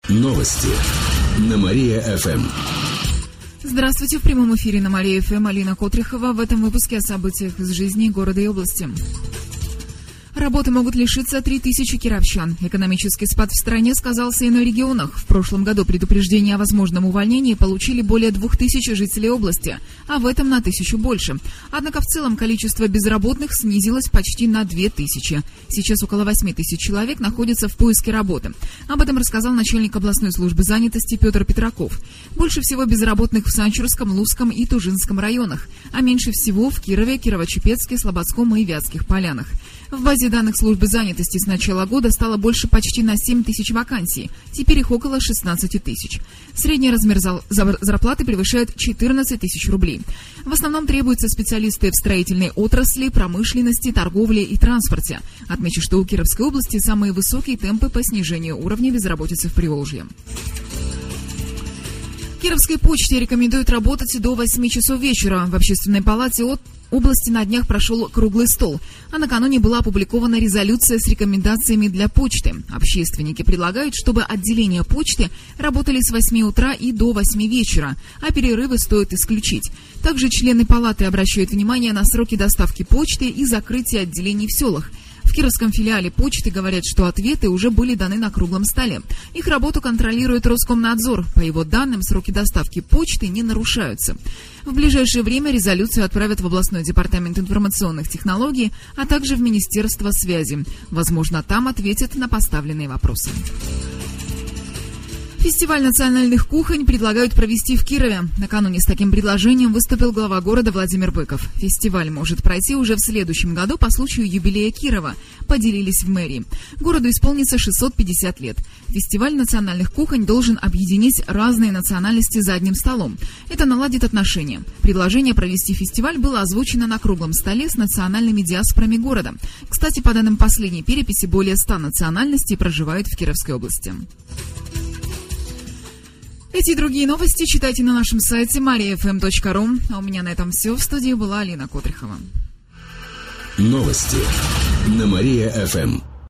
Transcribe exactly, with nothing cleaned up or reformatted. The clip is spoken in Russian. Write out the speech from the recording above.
Новости на Мария-ФМ. Здравствуйте, в прямом эфире на Мария-ФМ Алина Котрихова. В этом выпуске о событиях из жизни города и области. Работы могут лишиться три тысячи кировчан. Экономический спад в стране сказался и на регионах. В прошлом году предупреждение о возможном увольнении получили более двух тысяч жителей области, а в этом на тысячу больше. Однако в целом количество безработных снизилось почти на две тысячи. Сейчас около восьми тысяч человек находятся в поиске работы. Об этом рассказал начальник областной службы занятости Петр Петраков. Больше всего безработных в Санчурском, Лузском и Тужинском районах, а меньше всего в Кирове, Кирово-Чепецке, Слободском и Вятских Полянах. В базе данных службы занятости с начала года стало больше почти на семь тысяч вакансий. Теперь их около шестнадцать тысяч. Средний размер зарплаты превышает четырнадцать тысяч рублей. В основном требуются специалисты в строительной отрасли, промышленности, торговле и транспорте. Отмечу, что у Кировской области самые высокие темпы по снижению уровня безработицы в Приволжье. Кировской почте рекомендуют работать до восьми часов вечера. В Общественной палате от области на днях прошел круглый стол, а накануне была опубликована резолюция с рекомендациями для почты. Общественники предлагают, чтобы отделения почты работали с восьми утра и до восьми вечера, а перерывы стоит исключить. Также члены палаты обращают внимание на сроки доставки почты и закрытия отделений в селах. В Кировском филиале почты говорят, что ответы уже были даны на круглом столе. Их работу контролирует Роскомнадзор. По его данным, сроки доставки почты не нарушаются. В ближайшее время резолюцию отправят в областной департамент информационных технологий, а также в Министерство связи. Возможно, там ответят на поставленные вопросы. Фестиваль национальных кухонь предлагают провести в Кирове. Накануне с таким предложением выступил глава города Владимир Быков. Фестиваль может пройти уже в следующем году по случаю юбилея Кирова, поделились в мэрии. Городу исполнится шестьсот пятьдесят лет. Фестиваль национальных кухонь должен объединить разные национальности за одним столом. Это наладит отношения. Предложение провести фестиваль было озвучено на круглом столе с национальными диаспорами города. Кстати, по данным последней переписи, более ста национальностей проживают в Кировской области. Эти и другие новости читайте на нашем сайте мария эф эм точка ру. А у меня на этом все. В студии была Алина Котрихова. Новости на Мария-ФМ.